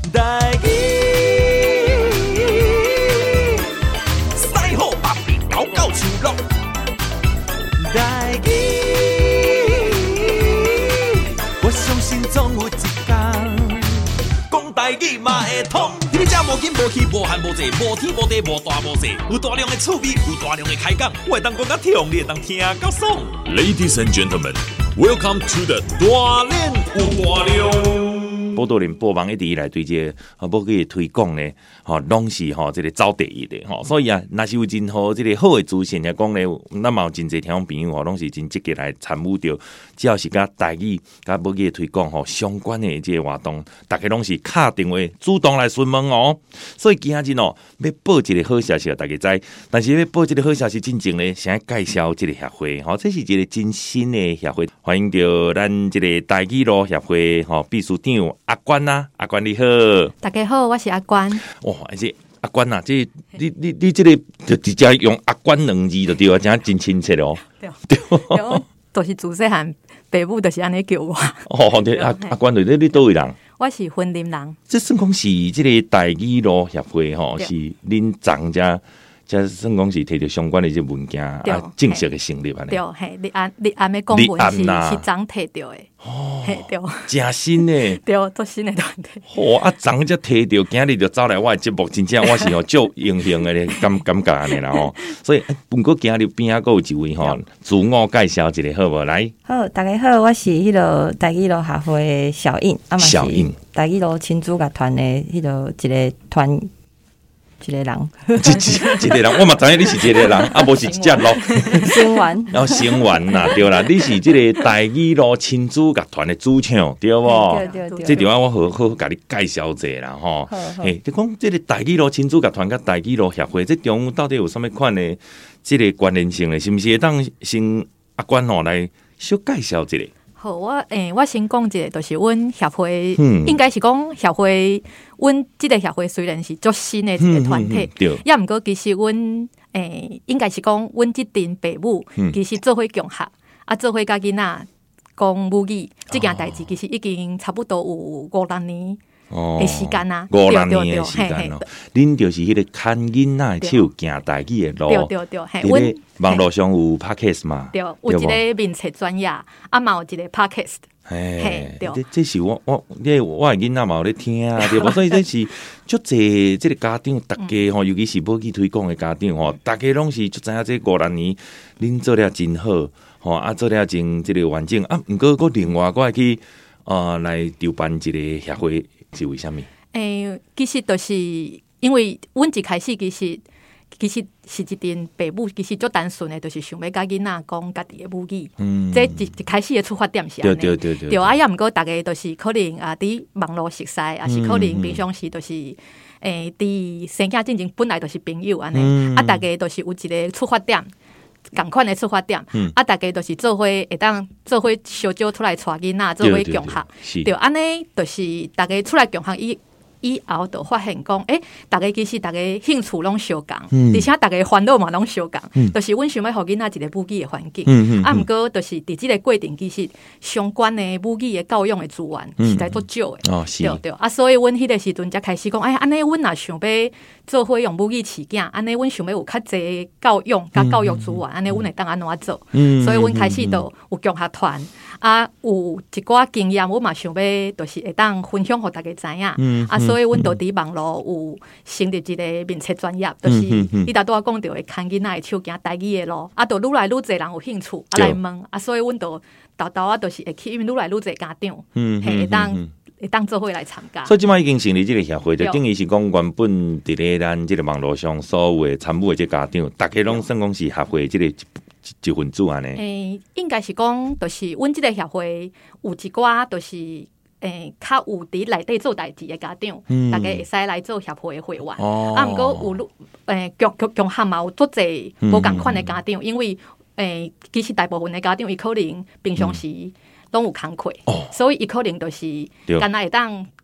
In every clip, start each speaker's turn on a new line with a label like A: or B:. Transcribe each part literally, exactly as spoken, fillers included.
A: 台语，
B: 西好北边狗狗树落。
A: 台语，我相信总有一天，
B: 讲台语嘛会通。你这无紧无气无寒无济，无天无地无大无细，有大量的趣味，有大量的开讲，我会当讲甲痛，你会当听到爽。Ladies and gentlemen, welcome to the 大练有大量。
C: 报道人播网一直以来对这啊，报去推广呢，吼，拢是吼这个走第一的吼，所以啊，若是有真好这个好的资讯来讲呢，咱嘛有真侪听众朋友吼，拢是真积极来参与着，只要是甲台语、甲报去推广吼相关的这个活动，大家拢是敲电话主动来询问哦。所以今仔日哦，要报一个好消息，大家知，但是要报一个好消息之前呢，先介绍这个协会吼，这是一个真新的协会，欢迎着咱这个台语路协会吼秘书长。阿关啊，阿关你好，
D: 大家好，我是阿关。
C: 哇，这阿关啊，这你你你这个就直接用阿关两字就对啊，真真亲切哦。
D: 对对，我就是自细汉爸母就是安尼叫我。
C: 哦，对阿阿关，你你倒位人？
D: 我是云林人。
C: 这算讲是这个台语路协会吼，是恁长家。即算讲是摕到相关的这文件啊，正式的成立安尼。
D: 对，嘿，立案立案的公文是是长摕到的。
C: 哦，
D: 对，
C: 真新的。
D: 对，做新的团队。
C: 哦，啊，长才摕到，今日就走来我的节目，真正我是吼足荣幸的咧，感感觉安尼啦吼。所以，不过今日边啊，还有一位吼，自我介绍一下好无？来，
E: 好，大家好，我是迄个台语路协会的小印，啊嘛是台语路亲子乐团的迄个一个团。一个人，
C: 一一个人，我嘛知影你是一个人，啊，无是一只咯。
E: 成员，
C: 然后成员啦，对啦，你是这个台语路亲子乐团的主唱，对不？
E: 对对对。
C: 这地方我好好甲你介绍一下啦，吼。嘿，你讲这个台语路亲子乐团甲台语路协会，这中午到底有什么款的这个关联性呢？是不是会当先阿关吼来小介绍一下？
D: 好，我诶、欸，我先讲一个，就是阮协会，嗯、应该是讲协会，阮即个协会虽然是足新的一个团体，也毋过其实阮诶、欸，应该是讲阮即阵爸母，嗯、其实做伙共学，啊，做伙甲囡仔讲母语，即件代志其实已经差不多有五六年。哦，的时间啊，
C: 五六年的时间咯，恁就是迄个看囡仔手行台语的路，
D: 对对对，嘿，
C: 阮网络上有 podcast 嘛，
D: 对，有一个面册专业，啊嘛有一个 podcast，
C: 嘿，对，这这是我我这我的囡仔嘛有咧听啊，对无？所以这是足济这个家长，大家吼，尤其是要去推广的家长吼，大家拢是足知影这五六年恁做了真好，吼啊做了真这个完整啊，毋过我另外我还去呃来筹办一个协会。是为什么？
D: 诶、欸，其实就是因为阮一开始其实其实是一阵爸母其实足单纯的，就是想要甲囡仔讲家己的母语。嗯，这一一开始的出发点是安尼。
C: 对对对对。
D: 对啊，也毋过大家就是可能啊，伫网络熟悉，啊是可能平常时就是诶，伫生囝进前本来就是朋友安尼、嗯。啊，大家就是有一个出发点。同款的出发点，嗯、啊，大家都是做伙会当做伙小招出来带囡仔，做伙共学，对，安尼就是大家出来共学以以后就发现讲，诶、欸，大家其实大家兴趣拢相共，嗯、而且大家烦恼嘛拢相共，嗯、就是阮想要互囡仔一个母语的环境，嗯嗯、啊，毋过就是伫即个过程其实相关的母语的教育的资源实在足少的，
C: 哦，是，
D: 对对，啊，所以阮迄个时阵才开始讲，哎，安尼阮若想要做伙用母语饲囝，安尼阮想要有较济教育甲教育资源，安尼阮会当安怎做？嗯、所以阮开始就有共学团。啊，有一寡经验，我嘛想要，就是会当分享互大家知影。嗯、啊，所以阮就伫网络有成立一个面册专业，就是你大拄仔讲到的看囡仔的手行台语的路，啊，就愈来愈侪人有兴趣，啊来问，啊，所以阮就豆豆啊，就是会去，因为愈来愈侪家长，嗯，会当会当做伙来参加。
C: 所以即摆已经成立这个协会，就等于是讲原本伫咧咱即个网络上所有的参与的这家长，大家拢算讲是协会即个。一份子安尼，
D: 诶，应该是讲，就是阮即个协会有一寡，就是诶，较有伫内底做代志的家长，嗯、大家会使来做协会的会员。哦、啊，毋过有诶，共共共项嘛有足侪无共款的家长，嗯、因为诶，其实大部分的家长伊可能平常时拢有工课，嗯、所以伊可能就是干那会当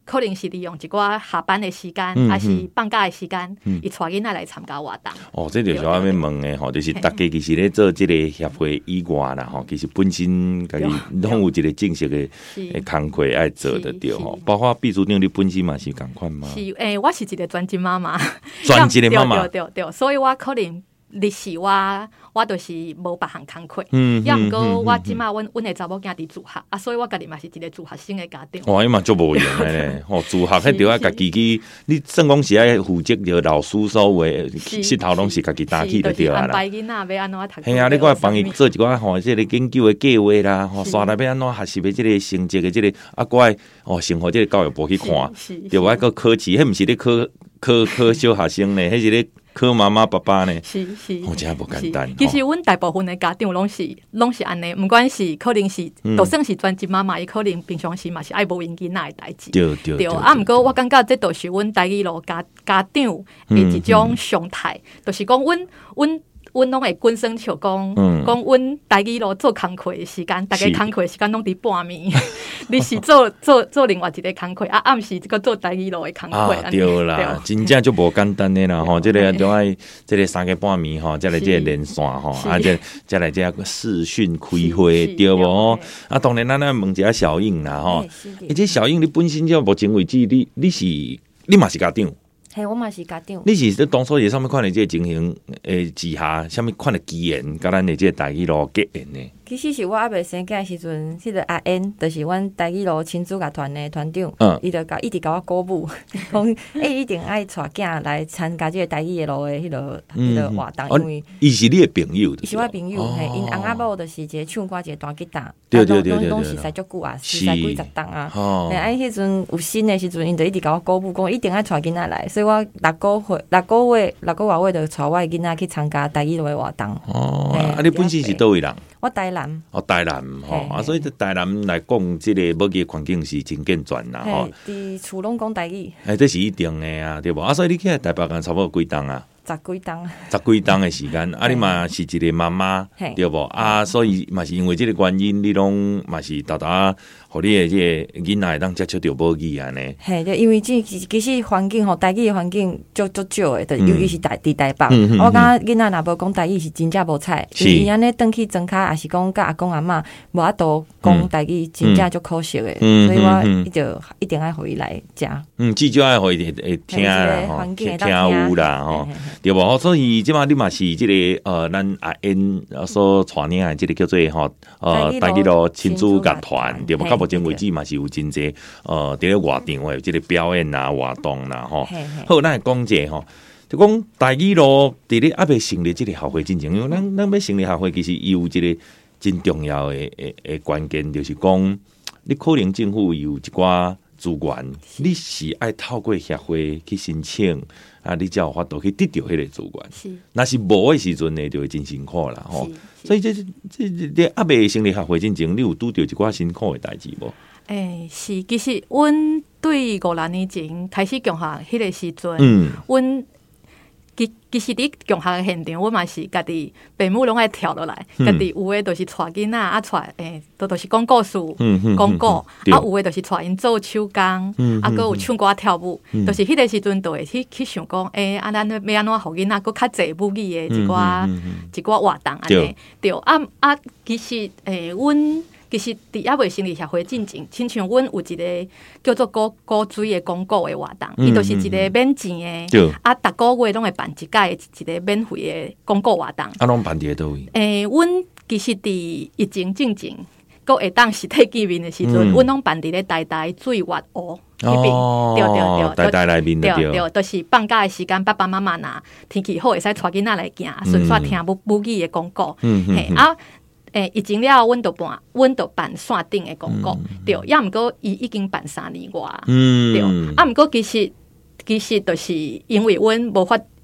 D: 可能是利用一寡下班的時間，還、嗯、是放假的時間，伊帶囡仔來參加活動。
C: 哦，這就是我要問的吼，就是大家其實咧做這個協會以外啦，吼，其實本身家己攏有一個正式的誒工作愛做得到吼。包括秘書長你本身嘛是共款嘛？是誒、
D: 欸，我是一個專職媽媽，
C: 專職的媽媽，
D: 對對對，所以我可能。歷史我我就是無別項工課，要毋過我即馬阮阮個查某囝佇自學，啊，所以我家己嘛是一個自學生的家庭。
C: 哇，伊嘛足無用的咧，吼，自學迄着愛家己去，你算講是愛負責着老師所謂，舌頭攏是家己擔起就對啦。
D: 安排囡仔要安怎讀？
C: 係啊，你個幫伊做一寡吼，即個研究的計劃啦，吼，刷來要安怎學習的即個成績的即個啊，怪哦，生活即個教育部去看，對我個考試，迄毋是咧考考考小學生咧，迄是咧。靠媽媽爸爸呢？是是，哦，真係無簡單。
D: 其實阮大部分的家長攏是攏是安尼，毋管是可能是，嗯、就算是專職媽媽，伊可能平常時嘛是愛無因囡仔的代志。
C: 對對對。
D: 啊，毋過我感覺這都是阮台語路家家長的一種常態，嗯嗯、就是講阮阮。阮攏會滾生笑講，講阮台語路做工課的時間，大家工課的時間攏佇半暝，你是做做做另外一個工課，啊暗時這個做台語路的工課。
C: 啊，對啦，真正就無簡單的啦吼，這個就愛這個三個半暝吼，再來這個連線吼，啊，再再來這個視訊開會，對無？啊，當然咱咱問一下小英啦吼，而且小英你本身就目前為止，你你是你嘛是家長。
E: 嘿，我嘛是家長。
C: 你是當初是啥物款的這個情形誒之下，啥物款的機緣，甲咱的這個台語路結緣呢？
E: 其實是我還未生囝的時陣，迄個阿恩，就是阮台語路親子樂團的團長，伊就甲一直甲我鼓舞，講誒一定愛帶囝來參加這個台語的路的迄個迄個活動，因為
C: 伊是你的朋友，
E: 伊是我的朋友，嘿，因翁仔某就是一個唱歌一個彈吉他，
C: 對對對對，
E: 攏是使足久啊，是使幾十檔啊，嘿，哎，迄陣有新的時陣，因就一直甲我鼓舞，講一定愛帶囡仔來，所以我六個月、六個月、六個外月就帶我的囡仔去參加台語路的活動。
C: 哦，啊，你本身是倒位人？
E: 我台南，
C: 哦，台南吼，啊，所以在台南來講，即個母語環境是真健全啦，吼。
E: 佇厝攏講台語，
C: 哎，這是一定的啊，對無？啊，所以你去台北干差不多幾檔啊？
E: 十幾檔，
C: 十幾檔的時間，啊，你嘛是一個媽媽，對無？啊，所以嘛是因為這個原因，你攏嘛是豆豆，互你的這個囡仔會當接觸到母語安尼。
E: 係，就因為這其實環境吼，台語的環境足足少的，尤其是台佇台北。我感覺囡仔若無講台語是真正無彩，伊安尼轉去莊卡，也是講甲阿公阿嬤無法度講台語，真正足可惜的。所以我伊就一定愛互伊來食。嗯，
C: 至少愛互伊會聽啦，吼，聽有啦，吼。對無？所以即馬你嘛是即個呃，咱阿因所帶領的即個叫做吼呃台語路親子樂團，對無？到目前為止嘛是有真濟呃，佇咧活動有即個表演啊、活動啦，吼。好，咱來講者吼，就講台語路佇咧還未成立即個學會進前，因為咱咱要成立學會，其實有一個真重要的誒誒關鍵，就是講你可能政府有一寡資源，你是愛透過協會去申請。啊！你才有法度去得到迄個資源，若是無的時陣呢，就會真辛苦啦吼。所以這這這阿未成立學會之前，你有拄到一寡辛苦的代志無？
D: 誒，是其實阮對五六年前開始共學迄個時陣，嗯，阮。其其實佇共學嘅現場，我嘛是家己父母攏愛跳落來，家己有誒就是帶囡仔啊，帶誒都都是講故事、講歌，啊有誒就是帶因做手工，啊，閣有唱歌跳舞，就是迄個時陣，就會去去想講，誒，啊，咱要安怎互囡仔閣較濟母語誒一寡一寡活動安尼，對，啊啊，其實誒，阮。其實佇還未成立協會進前，親像阮有一個叫做古古水的廣告的活動，伊、嗯、就是一個免錢的，啊，逐個月攏會辦一屆一個免費的廣告活動。啊，
C: 攏辦佇倒位？誒、
D: 欸，阮其實佇疫情進前，閣會當實體見面的時陣，阮攏辦佇咧台台水月湖那邊，對對對，
C: 台台內面對
D: 對，就是放假的時間，爸爸媽媽若天氣好，會使帶囡仔來行，順續聽母母語的廣告，嗯嘿啊。誒，疫情了，阮就辦，阮就辦線頂的廣告，嗯、對，也毋過伊已經辦三年外，嗯、對，啊，毋過其實其實就是因為阮無法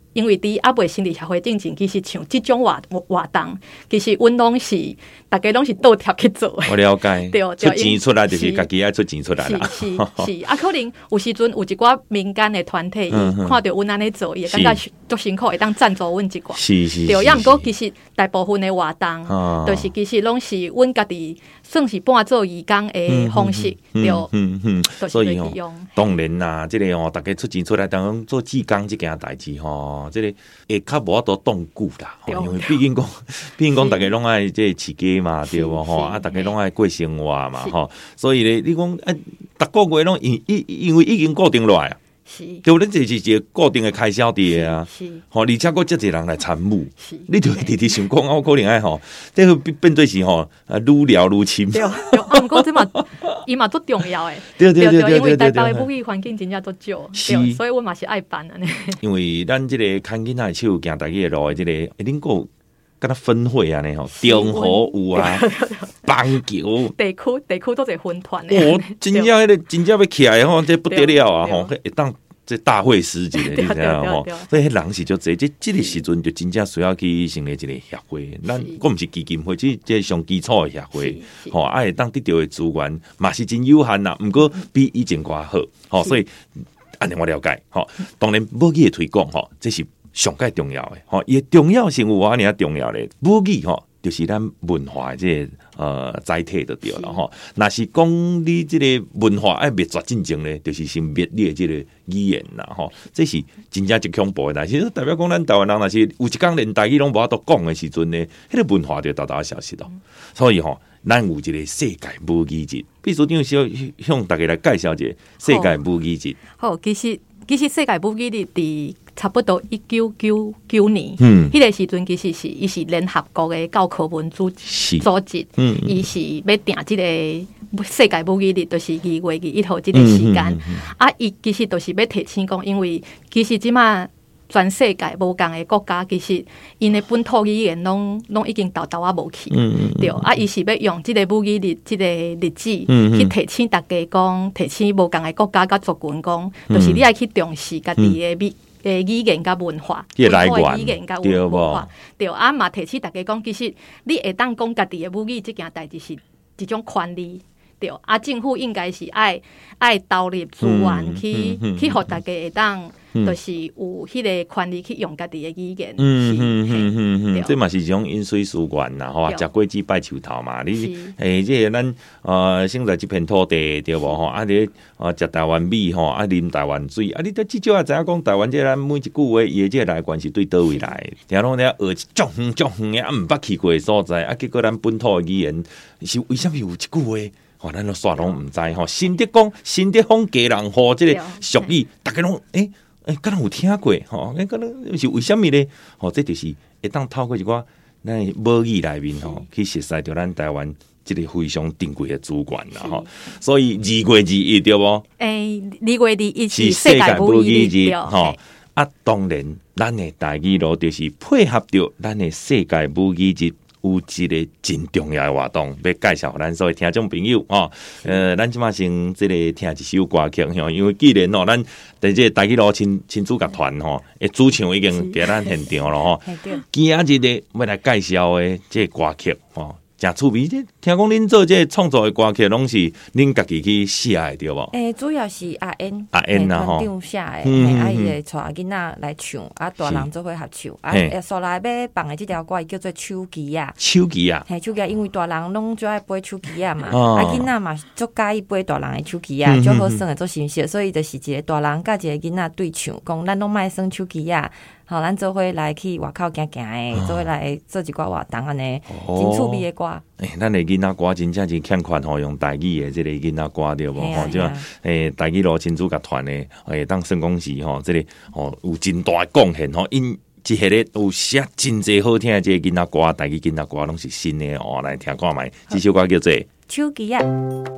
D: 因为伫阿伯心理协会进前，其实像即种活活动，其实阮拢是大家拢是倒贴去做的。
C: 我了解，
D: 对，
C: 出钱出来就是家己爱出钱出来啦。
D: 是是是，啊，可能有时阵有一寡民间的团体，伊、嗯、看到阮安尼做，伊会感觉足辛苦，会当赞助阮一寡。是是是。对，也毋过其实大部分的活动，啊、就是其实拢是阮家己算是半做义工的方式，
C: 嗯、
D: 对，
C: 嗯嗯，
D: 所以吼，
C: 当然啦，即、這个吼，大家出钱出来当做志工即件代志吼，即、這个会较无法度动久啦，因为毕竟讲，毕竟讲大家拢爱即饲鸡嘛，对无吼，啊，大家拢爱过生活嘛，吼，所以咧，你讲啊，逐个月拢因因因为已经固定落来啊。对，咱这是一个固定的开销伫啊，吼，而且佫遮侪人来参与，你就直直想讲，我可能爱吼，这个变做是吼，啊，愈聊愈亲。
D: 对，啊，毋过这嘛，伊嘛足重要诶。
C: 对对对对对，
D: 因为台北的母语环境真正足少，对，所以我嘛是爱办安尼。
C: 因为咱这个看囡仔手行大家路的这个，一定够。跟他分会啊，呢吼，中和有啊，棒球
D: 地区地区都是分团的。
C: 哦，真正迄个真正要起来吼，这不得了啊！吼，会当这大会师级的，你知道吼？所以迄人是就这这这个时阵就真正需要去成立一个协会。咱我毋是基金会，即这上基础的协会，吼，啊会当得到的资源嘛是真有限啦，毋过比以前较好，吼，所以按照我了解，吼，当然母语的推广，吼，这是。上介重要诶，吼，伊重要性有我尼啊重要咧。母语吼，就是咱文化即个呃载体就对了吼。若是讲你即个文化爱灭绝进前咧，就是先灭你诶即个语言啦吼。这是真正一恐怖诶代志，代表讲咱台湾人若是有一天连台语拢无法度讲诶时阵咧，迄个文化就大大消失咯。所以吼，咱有一个世界母语日，秘书长需要向大家来介绍一下世界母语日。
D: 好，其实其实世界母语日伫差不多一九九九年，嗯，迄个时阵其实是伊是联合国的教科文组组织，嗯，伊是要定即个世界母语日，就是二月二一號即個時間，嗯嗯嗯、啊，伊其實就是要提醒講，因為其實即馬全世界無共的國家，其實因的本土語言攏攏已經豆豆啊無去，嗯嗯、對，啊，伊是要用即個母語日即個日子、嗯嗯、去提醒大家講，提醒無共的國家甲族群講，就是你愛去重視家己的語。誒語言甲文化，
C: 本土嘅
D: 語言甲文化，對啊嘛提醒大家講，其實你會當講家己嘅母語即件代志是一種權利，對啊，政府應該是愛愛投入資源去、嗯、去互大家會當。就是有迄個權利去用家己的語言，嗯嗯嗯嗯嗯，
C: 這嘛是一種飲水思源啦，吼，食果子拜樹頭嘛，你誒，即個咱呃生在這片土地對無吼，啊你呃食台灣米吼，啊啉台灣水，啊你都至少也知影講台灣即咱每一句話伊即個來源是對倒位來，聽攏咧學足遠足遠誒，啊毋捌去過誒所在，啊結果咱本土誒語言是為什麼有一句話？吼，咱都煞攏毋知吼，新的講新的方家人吼，即個俗語，大家攏誒。誒，敢若有聽過吼？誒，敢若是為什麼咧？吼，這就是會當透過一寡咱母語內面吼，去熟悉到咱台灣即個非常珍貴嘅資源啦吼。所以二月二一對無？誒，
D: 二月二一是世界母語日吼。
C: 啊，當然，咱嘅台語咯，就是配合着咱嘅世界母語日。有一個真重要的活動，要介紹咱所有聽眾朋友哦。呃，咱即馬先即個聽一首歌曲吼，因為既然哦，咱在這台語路親親子樂團吼，誒主唱已經喺咱現場咯吼。今日咧要來介紹的這個歌曲吼。真趣味啫！聽講恁做這創作的歌曲，攏是恁家己去寫的，對無？誒、
E: 欸，主要是阿恩
C: 阿恩啦吼，
E: 團長寫的，啊伊會帶囡仔來唱，啊大人做伙合唱，啊誒，後來要放的這條歌叫做手機啊，
C: 手機啊，
E: 係手機啊，因為大人攏最愛背手機啊嘛，啊囡仔嘛足介意背大人的手機啊，最好耍的做新鮮，所以就是一個大人甲一個囡仔對唱，講咱攏莫耍手機啊。好，咱做伙來去外口行行誒，做伙來做一寡活動安尼，真趣味誒歌。誒、
C: 欸，咱誒囡仔歌真正真欠缺吼，用台語誒即個囡仔歌對無？吼，即個誒台語路親子樂團誒，誒當算講是吼，即個吼有真大誒貢獻吼，因即下咧有寫真濟好聽誒即個囡仔歌，台語囡仔歌攏是新誒哦，來聽看覓，這首歌叫做《
E: 手機啊》。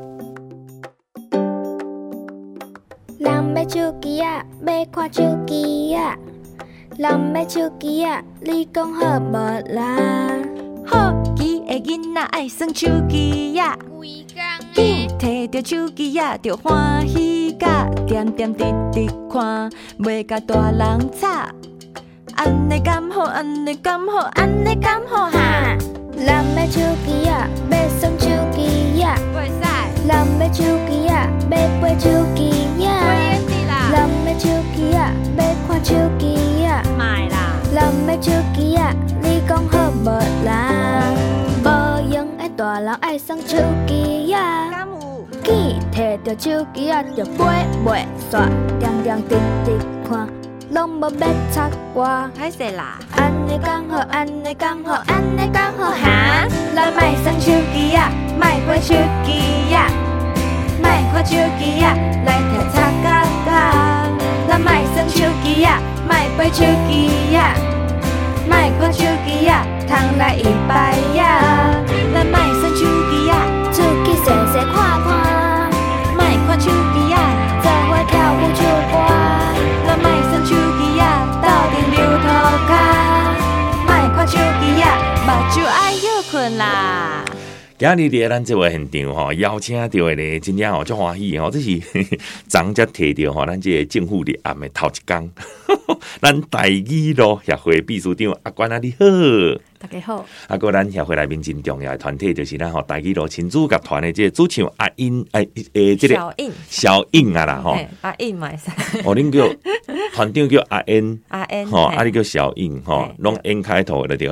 F: 人買手機啊，要看手機啊。人買手機啊，你講好無啦？
G: 好奇的囡仔愛耍手機啊，緊摕着手機啊，着歡喜甲點點滴滴看，袂甲大人吵。 安尼敢好，安尼敢好，安尼敢好哈。
F: 人要手机啊，要耍手机啊，
G: 袂使，
F: 人要手機啊，要買手機啊，
G: 袂是啦，
F: 人要手機啊，要看手機啊，
G: 卖啦，
F: 人要手機啊，你講好無啦？無用的大人愛耍手機啊，
G: 敢有？
F: 見摕着手機啊，就飛袂煞，定定直直看，攏無要插我。
G: 歹勢啦，
F: 安尼講好，安尼講好，安尼講好哈！咱莫耍手機啊，莫買手機啊，莫看手機啊，來聽插角角。咱莫耍手機啊，莫買手機啊，莫看手機啊，通來一擺呀。
G: 咱莫耍手機啊，
F: 手機細細看看，
G: 莫看手機啊，
F: 做伙跳舞唱歌。
G: 咱莫耍手機啊，鬥陣流塗骹，莫看手機啊，目睭愛休困啦。
C: 今日伫咱这位现场吼，邀请到的咧，真正吼足欢喜吼，这是昨才摕到吼，咱这个政府立案的头一工，咱台语咯协会秘书长阿关啊，你好。
D: 大家好，
C: 啊，个咱协会内面真重要的团体，就是咱吼台语咯亲子乐团的这个主唱阿英，诶诶，这个
E: 小印
C: 小印啊啦吼，
E: 阿印嘛会使，
C: 哦，恁叫团长叫阿恩，
E: 阿印
C: 吼，啊，你叫小印吼，拢 N 开头的对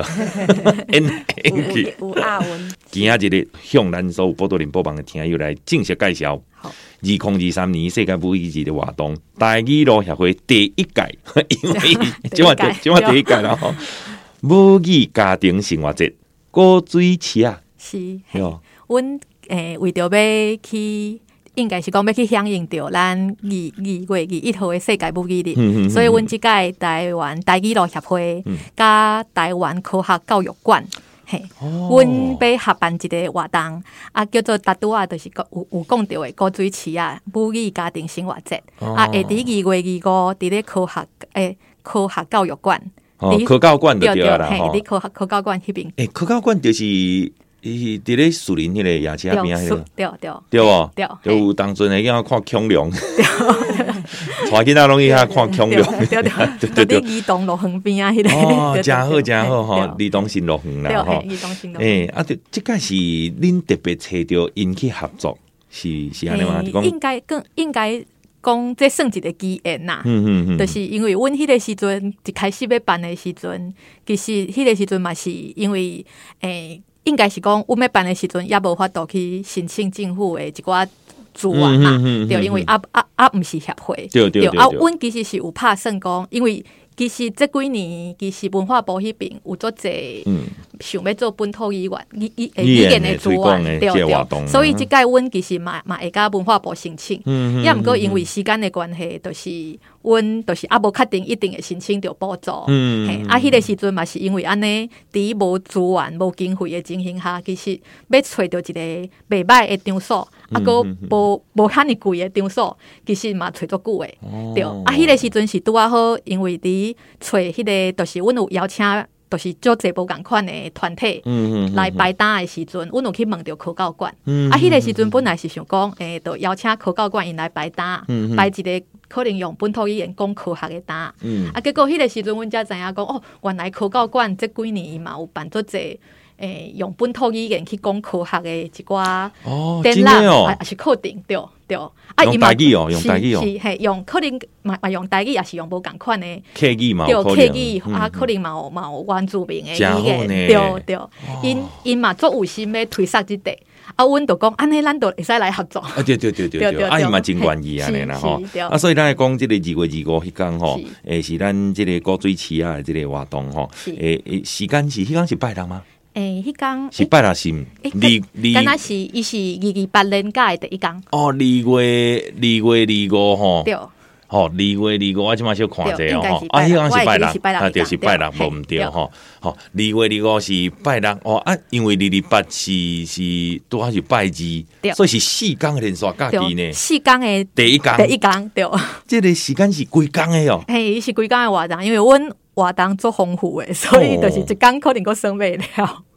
C: ，N N 去。
E: 有阿文。
C: 今仔日咧，向咱所有波多连播帮的听友来正式介绍。
D: 好，
C: 二零二三年世界母语日的活动，台语路协会第一届，因为今晚今晚第一届啦吼，母语家庭生活节，古水池啊，
D: 是，
C: 哟，
D: 阮诶为着要去。应该是讲要去响应着咱二二月二一號的世界母語日，
C: 嗯嗯嗯
D: 所以阮即屆台灣台語路協會甲台灣科學教育館，嘿，阮要合辦一個活動，啊叫做達拄啊，就是有有講到的古水池啊母語家庭生活節，啊會佇二月二五佇咧科學誒科學教育館，
C: 哦，科教館就對啦，
D: 嘿，
C: 吼，
D: 佇科學科教館迄邊，
C: 誒，科教館就是伊佇咧樹林迄個夜市邊啊，迄個。
D: 對對
C: 对哦，
D: 对
C: 就有当阵会去看恐龍，带囡仔拢去遐看恐龍，
D: 对对对，对移动路横边啊，迄个
C: 哦，真好真好吼，李东新路远啦吼，
D: 移动新路。
C: 诶，啊，对，即个是恁特别找着因去合作，是是安尼吗？
D: 应该更应该讲，这算一个机缘呐。
C: 嗯嗯嗯，
D: 就是因为阮迄个时阵一开始要办的时阵，其實迄個時陣嘛是因為誒。應該是講，阮要辦的時陣也無法度去申請政府的一寡資源嘛，對，因為啊啊啊，毋是協會，
C: 對對對，
D: 啊，阮其實是有拍算講，因為其實這幾年其實文化部迄邊有足濟想要做本土語言語語語言的資源，對對，所以即屆阮其實嘛嘛會甲文化部申請，也毋過因為時間的關係，就是阮就是啊無確定一定會申請到補助，嘿，啊，迄個時陣嘛是因為安尼，佇無資源、無經費的情形下，其實要找到一個袂歹的場所，啊，個無無遐尼貴的場所，其實嘛找足久的，對，啊，迄個時陣是拄啊好，因為佇找迄個，就是阮有邀請。就是足濟無共款的團體來擺單的時陣，阮有去問到科教館。啊，迄個時陣本來是想講，誒，就邀請科教館因來擺單，擺一個可能用本土語言講科學的單。啊，結果迄個時陣，阮才知影講，哦，原來科教館這幾年伊嘛有辦足濟。誒，用本土語言去講科學的一寡展覽，啊是課程，對對。啊，
C: 用台語哦，用台語哦，
D: 是係用可能嘛嘛用台語，也是用無共款的
C: 客語嘛，
D: 對客語啊，可能嘛有嘛有原住民的語言，對對。因因嘛足有心要推廣即個，啊，阮就講安尼，咱就會使來合作。
C: 啊，對對對對對，啊，伊嘛真願意安尼啦吼。啊，所以咱來講即個二月二五迄天吼，誒是咱即個古水池啊，即個活動吼，誒誒時間是迄天是拜六嗎？
D: 誒，迄天
C: 是拜六是二二，
D: 敢若是伊是二二八年假的第一天。
C: 哦，二月二月二五吼。
D: 對。
C: 吼，二月二五我即馬小看者哦，吼，啊，迄天是拜六，啊，就是拜六，無毋對吼。吼，二月二五是拜六哦，啊，因為二二八是是拄好是拜二，所以是四天連續假期呢。
D: 四天的
C: 第一天，
D: 第一天對。
C: 即個時間是幾天的哦？
D: 嘿，是幾天的活動，因為阮活動足豐富的，所以就是一天可能佫算袂了。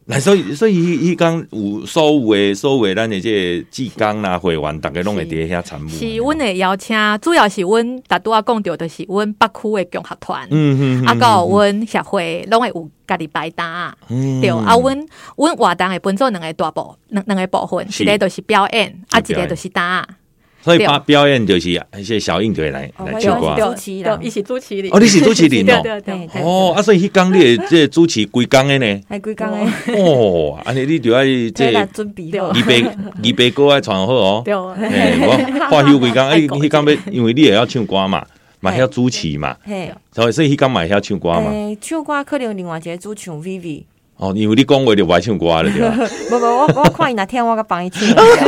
C: 来，所以所以迄讲有所有诶所有诶咱诶这个志工啦会员，逐个拢会伫遐参与。
D: 是阮会邀请，主要是阮大拄仔讲到，就是阮北区诶共学团，嗯嗯，啊，甲有阮协会拢会有家己摆搭，嗯，对，啊，阮阮活动会分做两个大部，两两个部分，一个就是表演，啊，一个就是搭。
C: 所以表表演就是一些小应就会来来唱歌，
D: 对，伊是主持人。
C: 哦，你是主持人哦，
D: 对对对。
C: 哦，啊，所以迄工你会这主持规工的呢？
E: 系规工的。
C: 哦，安尼你就要这
E: 准备好，
C: 预备预备歌要传好哦。
D: 对。
C: 诶，我花休规工，哎，迄工要因为你也要唱歌嘛，嘛要主持嘛，所以所以迄工嘛要唱歌嘛。
E: 诶，唱歌可能另外一个主唱 Vivi。
C: 哦，因为你讲话就不爱唱歌了，对吧？
E: 不不，我我看伊哪天我甲帮伊唱。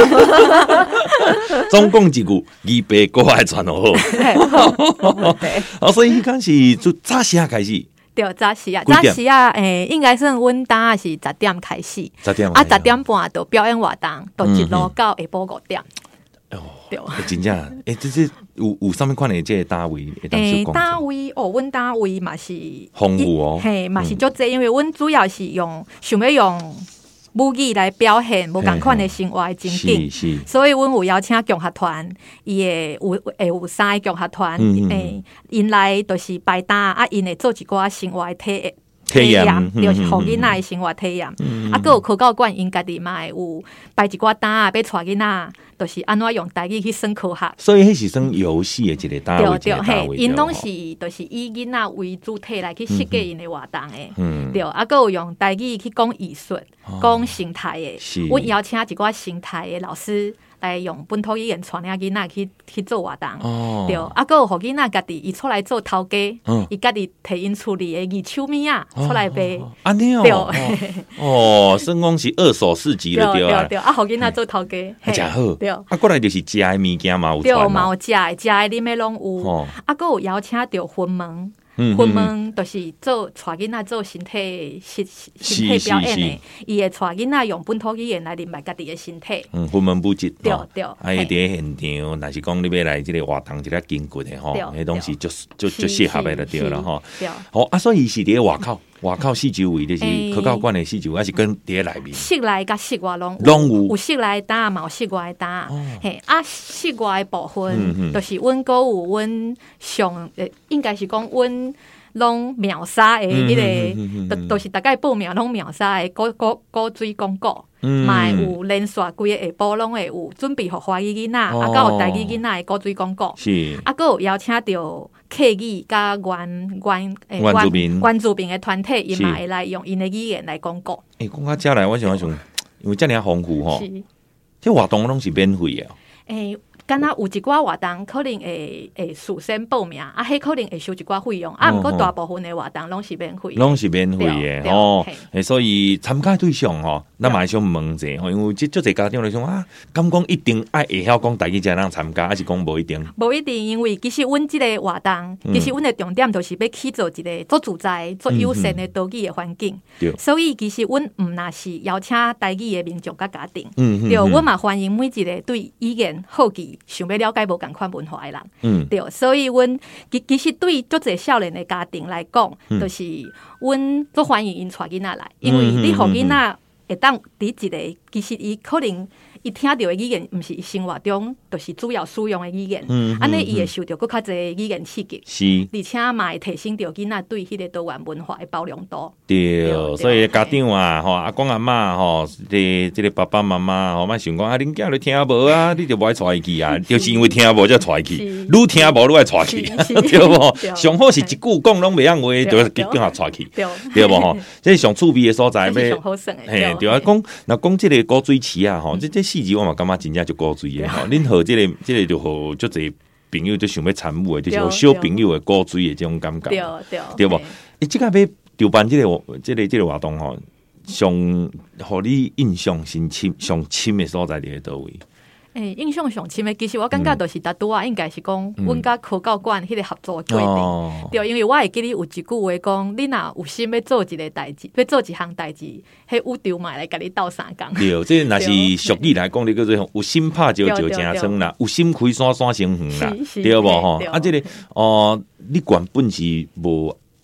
C: 总讲一句，预备歌爱传好。哦，所以迄刚是就早时啊开始。
D: 对，早时啊，早时啊，诶，应该算阮搭是十点开始，
C: 十点
D: 啊，十点半就表演活动，就一路到下晡五点。
C: 哦，对，真正，诶，这是有有啥物款的这个单位？
D: 诶，单位哦，阮单位嘛是
C: 丰富哦，
D: 嘿，嘛是足济，因为阮主要是用想要用母语来表现无共款的生活情景，所以阮有邀请共学团，伊会有会有三个共学团，诶，因来就是摆搭，啊，因会做一寡生活的体体验，就是互囡仔的生活体验。啊，佮有科教馆，因家己嘛会有摆一寡单啊，要带囡仔，就是安怎用台语去算科学。
C: 所以迄是算游戏的一个单位，
D: 对对，嘿，因拢是就是以囡仔为主体来去设计因的活动的。嗯，对，啊，佮有用台语去讲艺术、讲生态的。是，阮邀请一寡生态的老师。来用本土语言传领囡仔去去做活动，哦、对，啊，佮有互囡仔家己伊出来做头家，伊家己摕因厝里的二手物啊出来卖，
C: 安尼哦，对，哦，算讲是二手市集了，对
D: 啊，对，啊，互囡仔做头家，
C: 真好，
D: 对，
C: 啊，过来就是食的物件嘛有，
D: 对，嘛有食的，食的啉的拢有，啊，佮有邀请到婚门。婚门就是做带囡仔做身体身身体表演的，伊会带囡仔用本土语言来认识家己的身体。
C: 嗯，婚门布置，
D: 对对。
C: 啊，伊伫现场，若是讲你要来即个活动，一个筋骨的吼，迄东西就就就适合的就对了吼。好啊，所以是伫外口，外口四周围就是科教馆的四周围，还是跟伫内面。
D: 室内甲室外拢
C: 拢有，
D: 有室内搭，嘛有室外搭。嘿，啊，室外部分就是阮阁有阮上，诶，应该是讲阮。拢秒杀的迄个，都都是大概报名拢秒杀的古古古水广告，嘛有连续规个下晡拢会有准备互华语囡仔，啊，佮有台语囡仔的古水广告，是，啊，佮有邀請到客語甲原原誒
C: 原住民
D: 原住民的團體，伊嘛會來用因的語言來廣告。
C: 誒，講到遮來，我想想，因為遮爾豐富吼，即活動攏是免費的。誒。敢若
D: 有一寡活動可能會會事先報名，啊，迄可能會收一寡費用，啊，毋過大部分的活動攏是免費，
C: 攏是免費的哦。誒，所以參加對象吼，咱嘛想問者吼，因為即足儕家長來講啊，敢講一定愛會曉講台語才能參加，還是講無一定？無一定，因為其實阮即個活動，其實阮的重點就是要去做一個做自在、做友善的島語的環境。所以其實阮毋若是邀請台語的民眾甲家庭，對，阮嘛歡迎每一個對語言好奇。想要了解無共款文化的人，嗯，對，所以阮其其實對足儕少年的家庭來講，嗯、就是阮足歡迎因帶囡仔來，因為你互囡仔會當佇一個，其實伊可能伊聽到的語言，毋是生活中就是主要使用的語言，安尼伊會受到更較儕語言刺激，是，而且嘛會提升到囡仔對迄個多元文化的包容度。對，對所以家長啊，吼阿公阿嬷吼，即即個爸爸媽媽吼，莫想講啊，恁囝你聽無啊，你就無愛帶伊去啊，就是因為聽無才帶去，愈聽無愈愛帶去，對無？上好是一句講攏袂曉話，就叫叫帶去，對無？吼，這是上趣味的所在，要嘿，對啊，講若講即個古水池啊，吼，即即四字我嘛感覺真正就古水的吼，恁和即個即個就和足儕朋友就想要參與的，就是和小朋友的古水的這種感覺，對對，對無？伊即個要籌辦即個即個即個活動吼，上互你印象深深上深的所在佇倒位？誒，印象上深的，其實我感覺就是大拄啊，應該是講阮甲科教館迄個合作規定，對，因為我會記得有一句話講，你若有心要做一個代誌，要做一項代誌，迄宇宙嘛來甲你鬥相共。對，這若是俗語來講，你叫做有心拍石石成倉啦，有心開山山成園啦，對無吼？啊，這個哦，你原本是無。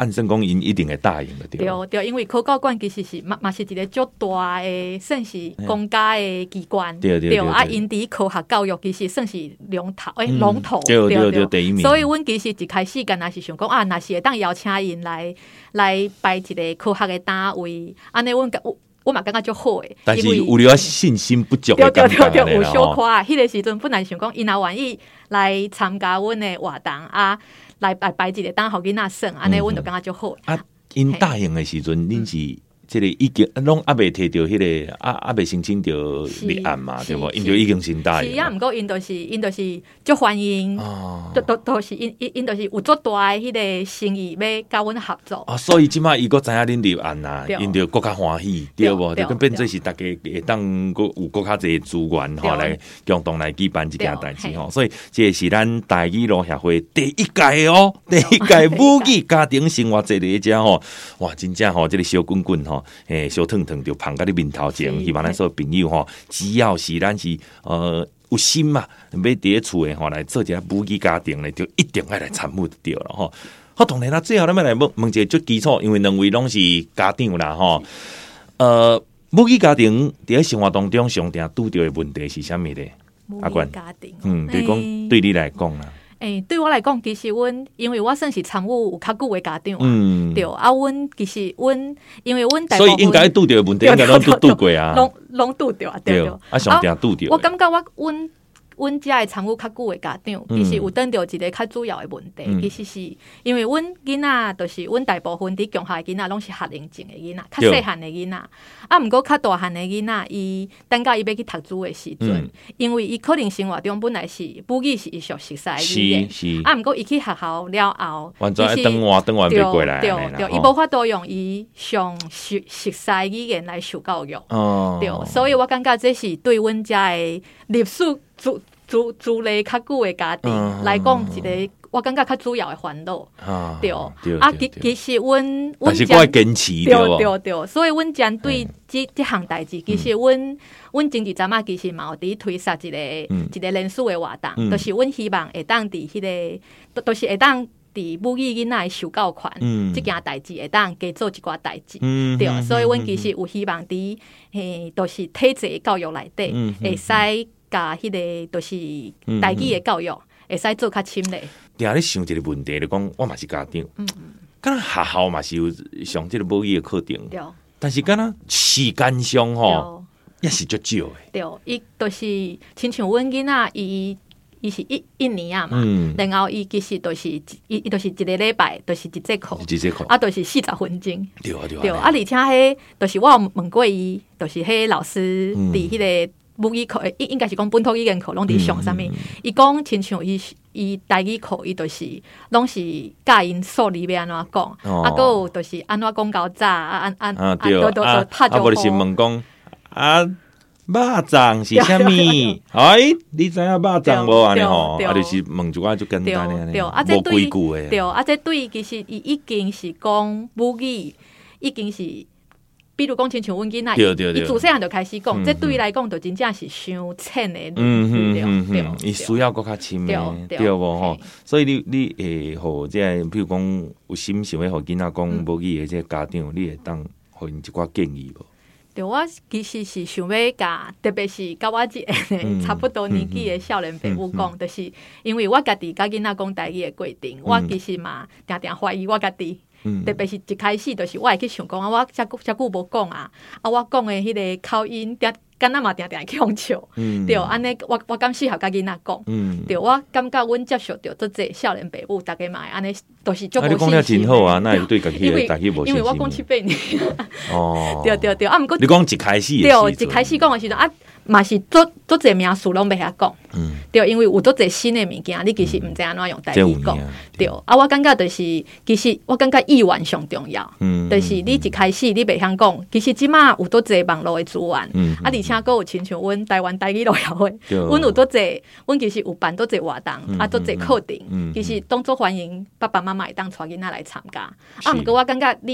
C: 按算讲因一定会答应的对。
D: 对对，因为考高馆其实是嘛嘛是一个足大的，算是公家的机关。
C: 对对对。
D: 啊，因伫科学教育其实算是龙头，诶，
C: 嗯、
D: 龙头。
C: 对对对，第一名。
D: 所以阮其实一开始敢若是想讲啊，若是会当邀请因来来摆一个科学的单位，安尼阮我我嘛感觉足好诶。
C: 但是有了信心不足的感觉。
D: 对对对，有小夸。迄个时阵本来想讲，因若愿意来参加阮的活动啊。来摆摆一个当互囡仔耍，安尼阮就感觉就好。
C: 啊，因答应的时阵，恁是即个已经拢还未摕到迄个啊啊未申请到立案嘛，对无？因就已经先答应。
D: 是啊，毋过因就是因就是足欢迎，都都都是因因因就是有足大诶迄个心意要甲阮合作。
C: 啊，所以即马伊个知影恁立案啦，因就更加欢喜，对无？就变做是大家会当个有更加侪资源吼来共同来举办即件代志吼。所以这是咱台语路协会第一届哦，第一届母语家庭生活节的遮吼，哇，真正吼，这个小滚滚吼。诶，小烫烫就捧到你面头前，希望咱所有朋友吼，只要是咱是呃有心嘛，要伫咧厝诶吼来做一下母语家庭咧，就一定要来参与就对了吼。好，当然啦，最后咱要来问问一个最基础，因为两位拢是家长啦吼。呃，母语家庭伫咧生活当中上定拄着诶问题是啥物咧？阿冠，
D: 家庭，
C: 嗯，就是讲对你来讲啦。
D: 诶、欸，对我来讲，其实阮因为我算是参与有较久的家长，
C: 嗯，
D: 对啊，阮其实阮因为阮大
C: 部分，所以应该拄着问题，应该拢拄拄过啊，
D: 拢拢拄着啊，对对，
C: 啊，上定拄着。
D: 我感觉我阮。阮遮会参与较久的家长，其实有等到一个较主要的问题，嗯、其实是因为阮囡仔，就是阮大部分伫共学的囡仔，拢是学龄前的囡仔，较细汉的囡仔。啊，毋过较大汉的囡仔，伊等到伊要去读书的时阵，嗯、因为伊可能生活中本來是母語是伊熟悉的語言，啊，毋過伊去學校了後，
C: 完全係等換等換袂過來，
D: 對對，伊無法度用伊上熟熟悉語言來受教育，
C: 哦、
D: 對，所以我感覺這是對阮遮的歷史主主主例較久的家庭、嗯、來講一個，我感覺較主要的煩惱，
C: 啊、
D: 對，
C: 對
D: 啊，其其實阮，
C: 但是我會堅持，
D: 對對對，所以阮將對這這項代志，其實阮阮前一陣仔其實嘛有佇推設一個、嗯、一個連署的活動，嗯、就是阮希望會當佇迄個，都都是會當佇母語囡仔的受教權，嗯、這件代志會當加做一寡代志，嗯、對，所以阮其實有希望佇誒，都是體制教育內底會使。甲迄個都是台語的教育，會使做較深咧。
C: 定咧想一個問題，你講我嘛是家長，敢若學校嘛是有上即個母語的課程，但是敢若時間上吼也是足少的。
D: 對，伊都是親像阮囡仔，伊伊是一一年啊嘛，嗯、然後伊其實都是伊伊都是一個禮拜，都是一節課，
C: 一節課，
D: 啊，都是四十分鐘。
C: 對啊對啊，
D: 對啊，而且迄都是我有問過伊，都是迄老師佇迄個。母語課，應應該是講本土語言課，攏佇上啥物？伊講親像伊伊台語課，伊就是攏是教因數字要安怎講，啊，閣有就是安怎講較早，啊安安
C: 啊對
D: 啊，都都拍招呼。
C: 啊，無就是問講啊，肉粽是啥物？哎，你知影肉粽無安尼吼？啊，就是問一寡就簡單誒，
D: 對，啊，這對，
C: 對，
D: 對，啊，這對，其實伊已經是講母語，已經是。比如講，親像阮囡仔，伊自細漢就開始講，這對伊來講就真正是傷淺的。
C: 嗯嗯嗯，伊需要更較深的，對無吼？所以你你會互即個，比如講有心想要互囡仔講母語的這個家長，你會當互因一寡建議無？
D: 對，我其實是想要甲，特別是甲我即個差不多年紀的少年父母講，就是因為我家己甲囡仔講台語的過程，我其實嘛定定懷疑我家己。嗯、特別是一開始，就是我會去想講啊，我遮久遮久無講啊，啊，我講的迄個口音，定敢若嘛定定去互笑，嗯、對，安尼我我敢適合甲囡仔講，嗯、對，我感覺阮接受到足濟少年父母，逐個嘛安尼都是足無信心。啊，你講了真好啊，那有對家己嘅家己無信心。因為我講七八年。哦。對對對，啊，毋過你講一開始的時陣，對，一開始講的時陣啊。嘛是足足儕名詞攏袂曉講，嗯、對，因為有足儕新的物件，你其實毋知安怎用台語講，對。啊，我感覺就是，其實我感覺意願上重要，嗯、就是你一開始你袂曉講，其實即馬有足儕網絡的資源，嗯、啊，而且閣有親像阮台灣台語路協會，阮有足儕，阮其實有辦足儕活動，嗯、啊，足儕課程，嗯、其實當作歡迎爸爸媽媽會當帶囡仔來參加，嗯、啊，毋過我感覺你。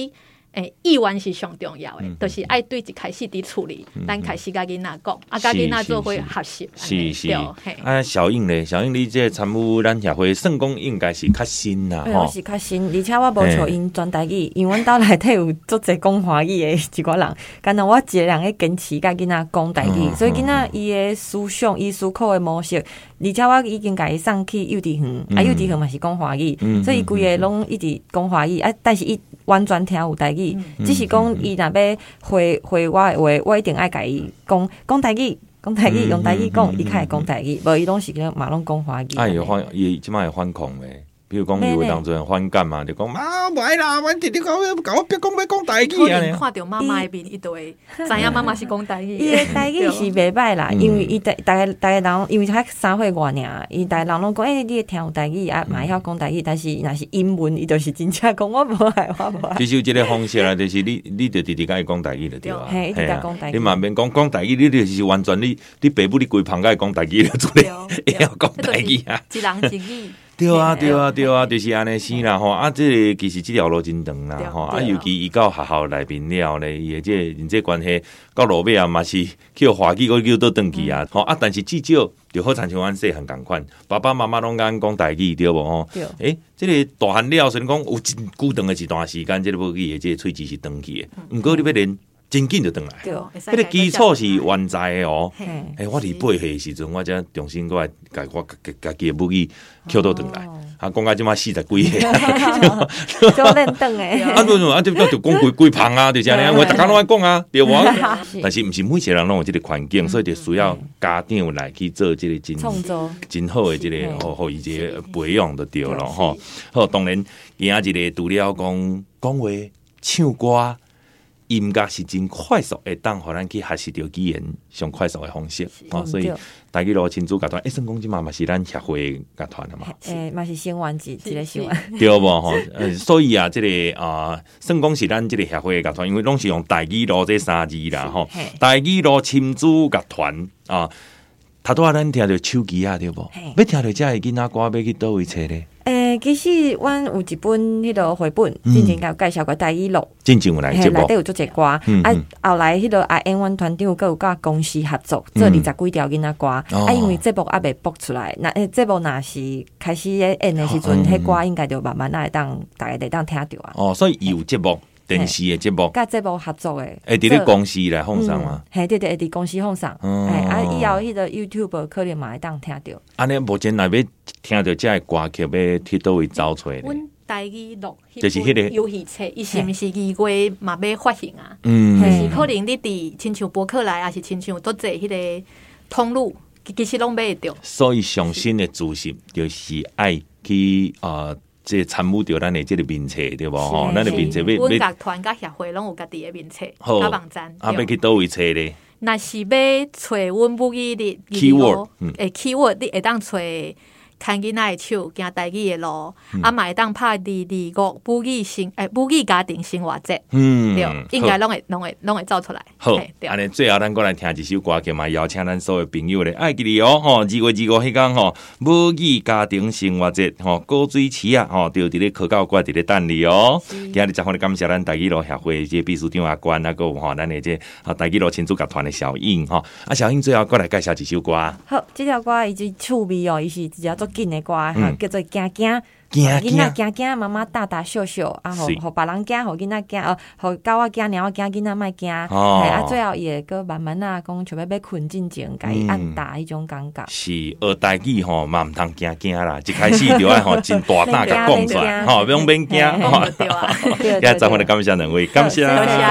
D: 诶，意愿是上重要诶，
C: 嗯
D: 就是爱对一开始伫处理，咱开始甲囡仔讲，啊，甲囡仔做伙学习，
C: 是是。
D: 嘿
C: 啊，小英咧，小英你这参与咱协会，算讲应该是较新啦，
E: 吼。我是较新，而且我无像因全台语，因为阮兜内底有足侪讲华语诶一寡人，敢若我一个人咧坚持甲囡仔讲台语，所以囡仔伊诶思想、伊思考诶模式，而且我已经甲伊送去幼稚园，啊，幼稚园嘛是讲华语，所以伊规个拢一直讲华语，啊，但是伊完全听有台语。只是讲伊若要回回我的话，我一定爱甲伊讲讲台语，讲台语用台语讲，伊较会讲台语，无伊拢是个嘛拢讲华语。
C: 啊，有反伊即摆会反抗诶。比如讲，有当阵反感嘛，就讲妈唔爱啦，我直直讲，甲我别讲要讲台语啊！
D: 看到妈妈的面，伊就会知影妈妈是讲台语。
E: 伊的台语是袂歹啦，因为伊大大家大家人，因为才三岁外尔，伊大家人拢讲，诶，你听有台语啊，嘛晓讲台语，但是若是英文，伊就是真正讲我无爱，我无爱。
C: 其实有即个方式啦，就是你你就直直甲伊讲台语就对啊，
E: 嘿，一直甲讲台语。
C: 你嘛免讲讲台语，你就是完全你你爸母你规旁甲伊讲台语就出来，会晓讲台语啊，
D: 一人一语。
C: 对啊，对啊，对啊，就是安尼生啦吼。啊，这个其实这条路真长啦吼。啊，尤其伊到学校内面了咧，伊的这人际关系到落尾啊，嘛是叫华语个叫倒转去啊。吼啊，但是至少就好像像阮细汉共款，爸爸妈妈拢甲讲台语对无吼？
E: 对。
C: 诶，这个大汉了，虽然讲有真久长的一段时间，这个母语的这个喙齿是长去的，毋过你要练。真紧就转来，迄个基础是原在的哦。诶，我伫八岁的时阵，我才重新过来，家我家己的母语捡倒转来。啊，讲到即马四十几岁，
E: 就练转诶。
C: 啊，不不，啊，就就讲规规旁啊，就是安尼，我逐工拢爱讲啊，对无？但是毋是每一个人拢有即个环境，所以就需要家长来去做即个真真好的即个，互互伊即个培养就对咯吼。好，当然，今仔日除了讲讲话、唱歌。音乐是真快速会当互咱去学习到语言上快速的方式，哦，所以台语路亲子乐团，诶，算讲即嘛嘛是咱协会乐团啊嘛，
E: 诶，嘛是成员一一个成员，
C: 对无吼？呃，所以啊，即、这个啊，算讲是咱即个协会乐团，因为拢是用台语路这三字啦，吼，台语路亲子乐团啊，头拄仔咱听着手机啊，对无？要听着遮个囡仔歌，要去倒位找咧？
E: 诶，其实阮有一本迄个绘本，之前有介绍过台语录，
C: 真正有来节目，
E: 内底有做一歌，啊，后来迄个阿演员团长，佮有甲公司合作，做二十几条囡仔歌，啊，因为节目还未播出来，那节目若是开始演的时阵，迄歌应该就慢慢来当大家会当听到啊。
C: 哦，所以有节目。电视的节目，
E: 甲节目合作诶，
C: 会伫咧公司来放送嘛？
E: 嘿，对对，会伫公司放送。哎，啊，以后迄个 YouTube 可能嘛会当听到。
C: 安尼目前若要听到这歌曲，要去倒位找出来？
D: 阮台语录
C: 就是迄个
D: 游戏册，伊是毋是二月嘛要发行啊？
C: 嗯，
D: 就是可能你伫亲像博客来，还是亲像多济迄个通路，其实拢买得到。
C: 所以上新的资讯就是爱去啊。即参与到咱的即个名册对无吼？咱的名册要
D: 阮乐团甲协会拢有家己的名册，甲网站。
C: 啊，要去倒位册咧？
D: 若是要找阮母语的
C: keyword，
D: 诶 keyword， 你会当找看囡仔的手，行台语的路，啊，嘛会当拍二二五母语生诶母语家庭生活节，
C: 嗯，
D: 对，应该拢会拢会拢会走出来。
C: 好，安尼最后咱过来听一首歌曲嘛，邀请咱所有朋友咧，爱记哩哦，吼，二月二五迄天吼，母语家庭生活节，吼，高水池啊，吼，就伫咧科教馆伫咧等你哦。今日十分的感谢咱台语路协会即秘书长阿关，啊，有吼咱的即啊台语路亲子乐团的小英吼，啊小英最后过来介绍一首歌。
E: 好，这条歌伊是趣味哦，伊是一条做紧的歌，嗯、叫做行行。
C: 囝
E: 仔行行，妈妈大大小小，啊，互互别人行，互囡仔行，哦，互狗仔行，猫仔行，囡仔莫行，哦，啊，最后伊会个慢慢啊，讲像要要困进前，甲伊按打迄种感觉。
C: 是学台语吼，嘛毋通惊惊啦，一开始就爱吼真大胆甲讲出来，吼，不用免惊，吼，对啊，今日十分的感谢两位，感谢，
D: 感谢。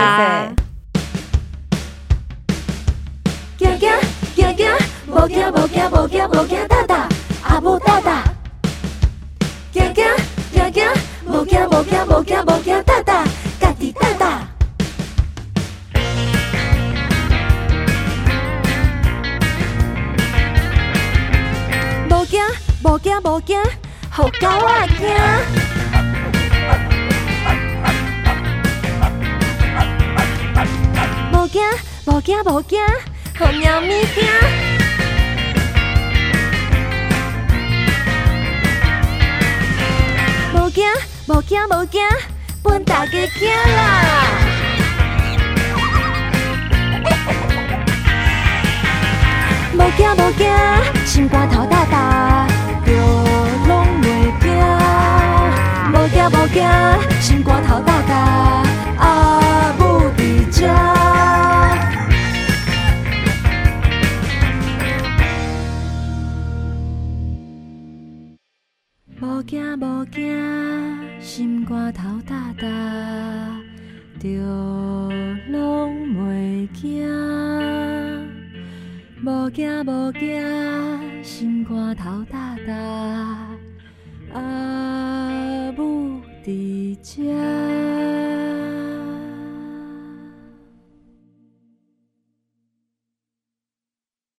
F: 行行行行，无惊无惊无惊无惊，大大啊无大大。行行行行，无惊无惊无惊无惊，大大家己大大。无惊无惊无惊，互狗仔惊。无惊无惊无惊，互猫咪惊。无惊无惊无惊，本大家惊啦！ 无惊无惊，心肝头大大，着拢袂惊。无惊无惊，心肝头大大，阿母伫遮。无惊无惊，心肝头大大，着拢袂惊。无惊无惊，心肝头大大，阿母伫遮。